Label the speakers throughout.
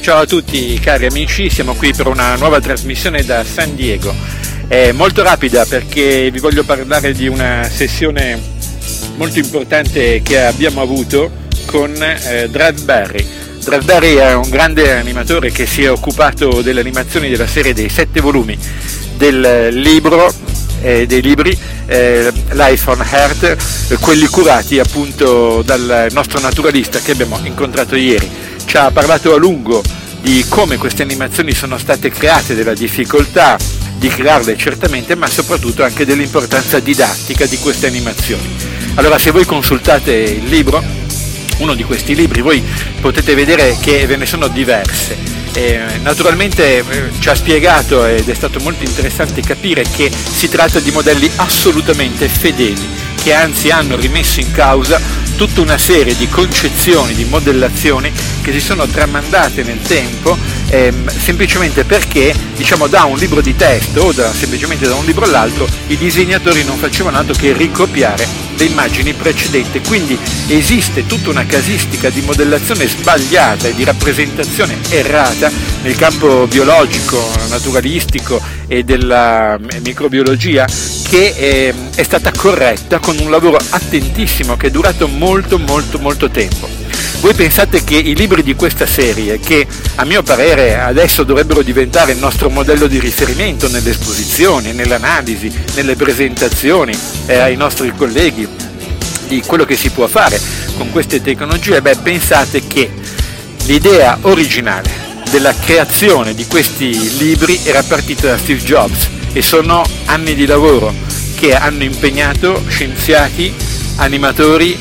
Speaker 1: Ciao a tutti cari amici, siamo qui per una nuova trasmissione da San Diego. È molto rapida perché vi voglio parlare di una sessione molto importante che abbiamo avuto con Drev Berry. Drev Berry è un grande animatore che si è occupato delle animazioni della serie dei 7 volumi del libro dei libri Life on Earth, quelli curati appunto dal nostro naturalista che abbiamo incontrato ieri. Ci ha parlato a lungo di come queste animazioni sono state create, della difficoltà di crearle certamente, ma soprattutto anche dell'importanza didattica di queste animazioni. Allora, se voi consultate il libro, uno di questi libri, voi potete vedere che ve ne sono diverse. Naturalmente ci ha spiegato, ed è stato molto interessante capire, che si tratta di modelli assolutamente fedeli, che anzi hanno rimesso in causa tutta una serie di concezioni, di modellazioni che si sono tramandate nel tempo, semplicemente perché, da un libro di testo o semplicemente da un libro all'altro, i disegnatori non facevano altro che ricopiare le immagini precedenti. Quindi esiste tutta una casistica di modellazione sbagliata e di rappresentazione errata nel campo biologico, naturalistico e della microbiologia, che è stata corretta con un lavoro attentissimo che è durato molto tempo. Voi pensate che i libri di questa serie, che a mio parere adesso dovrebbero diventare il nostro modello di riferimento nelle esposizioni, nell'analisi, nelle presentazioni ai nostri colleghi di quello che si può fare con queste tecnologie, pensate che l'idea originale della creazione di questi libri era partita da Steve Jobs, e sono anni di lavoro che hanno impegnato scienziati, animatori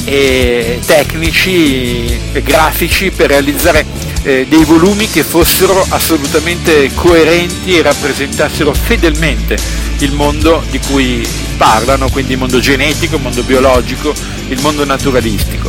Speaker 1: e tecnici e grafici per realizzare dei volumi che fossero assolutamente coerenti e rappresentassero fedelmente il mondo di cui parlano, quindi il mondo genetico, il mondo biologico, il mondo naturalistico.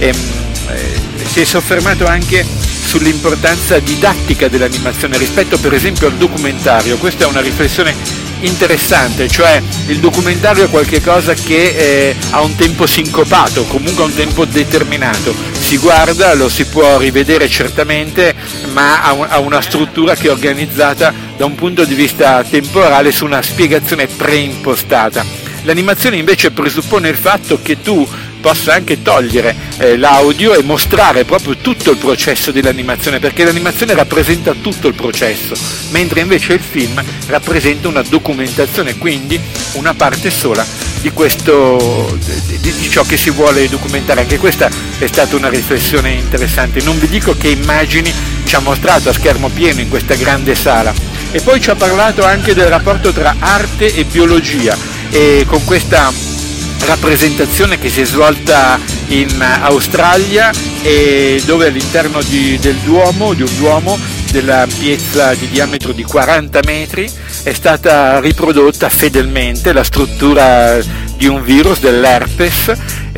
Speaker 1: Si è soffermato anche sull'importanza didattica dell'animazione rispetto per esempio al documentario. Questa è una riflessione interessante, cioè il documentario è qualcosa che ha un tempo sincopato, comunque ha un tempo determinato, si guarda, lo si può rivedere certamente, ma ha una struttura che è organizzata da un punto di vista temporale su una spiegazione preimpostata. L'animazione invece presuppone il fatto che tu possa anche togliere l'audio e mostrare proprio tutto il processo dell'animazione, perché l'animazione rappresenta tutto il processo, mentre invece il film rappresenta una documentazione, quindi una parte sola di questo, di ciò che si vuole documentare. Anche questa è stata una riflessione interessante. Non vi dico che immagini ci ha mostrato a schermo pieno in questa grande sala, e poi ci ha parlato anche del rapporto tra arte e biologia, e con questa rappresentazione che si è svolta in Australia, e dove all'interno di un duomo dell'ampiezza di diametro di 40 metri è stata riprodotta fedelmente la struttura di un virus, dell'herpes,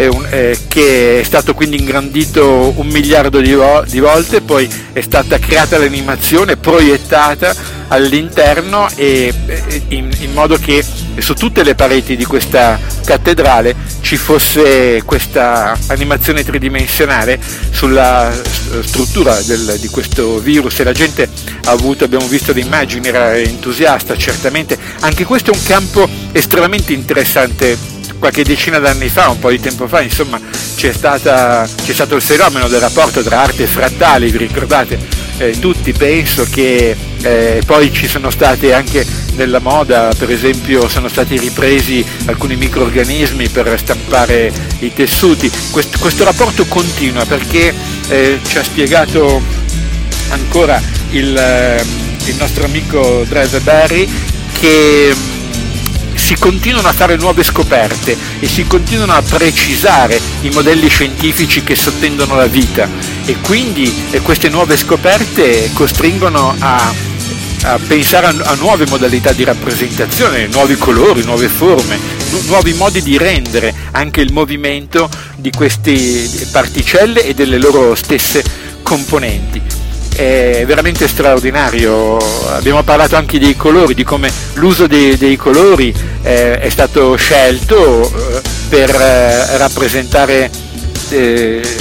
Speaker 1: che è stato quindi ingrandito 1 miliardo di volte. Poi è stata creata l'animazione, proiettata all'interno, e in modo che su tutte le pareti di questa cattedrale ci fosse questa animazione tridimensionale sulla struttura di questo virus, e la gente abbiamo visto le immagini, era entusiasta certamente. Anche questo è un campo estremamente interessante. Qualche decina d'anni fa, un po' di tempo fa, c'è stato il fenomeno del rapporto tra arte e frattali, vi ricordate? Tutti, penso che poi ci sono state anche nella moda, per esempio sono stati ripresi alcuni microrganismi per stampare i tessuti. Questo rapporto continua, perché ci ha spiegato ancora il nostro amico Drev Berry che si continuano a fare nuove scoperte e si continuano a precisare i modelli scientifici che sottendono la vita, e quindi queste nuove scoperte costringono a pensare a nuove modalità di rappresentazione, nuovi colori, nuove forme, nuovi modi di rendere anche il movimento di queste particelle e delle loro stesse componenti. È veramente straordinario. Abbiamo parlato anche dei colori, di come l'uso dei colori è stato scelto per rappresentare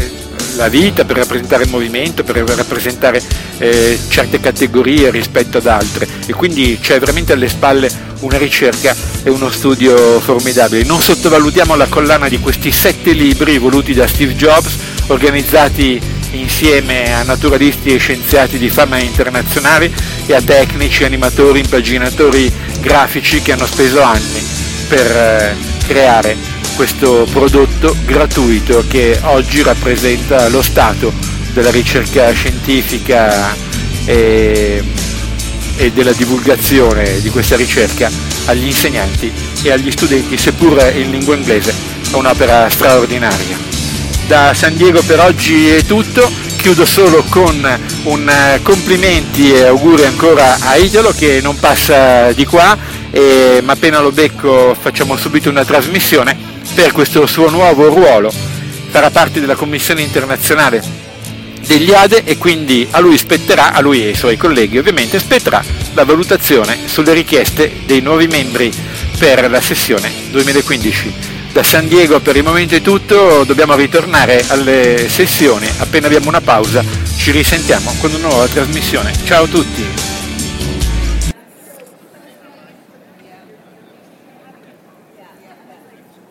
Speaker 1: la vita, per rappresentare il movimento, per rappresentare certe categorie rispetto ad altre, e quindi c'è veramente alle spalle una ricerca e uno studio formidabili. Non sottovalutiamo la collana di questi 7 libri voluti da Steve Jobs, organizzati insieme a naturalisti e scienziati di fama internazionale e a tecnici, animatori, impaginatori grafici che hanno speso anni per creare questo prodotto gratuito che oggi rappresenta lo stato della ricerca scientifica e della divulgazione di questa ricerca agli insegnanti e agli studenti, seppur in lingua inglese. È un'opera straordinaria. Da San Diego per oggi è tutto, chiudo solo con un complimenti e auguri ancora a Italo che non passa di qua, ma appena lo becco facciamo subito una trasmissione per questo suo nuovo ruolo. Farà parte della commissione internazionale degli ADE e quindi a lui e ai suoi colleghi ovviamente spetterà la valutazione sulle richieste dei nuovi membri per la sessione 2015. Da San Diego per il momento è tutto, dobbiamo ritornare alle sessioni, appena abbiamo una pausa ci risentiamo con una nuova trasmissione. Ciao a tutti!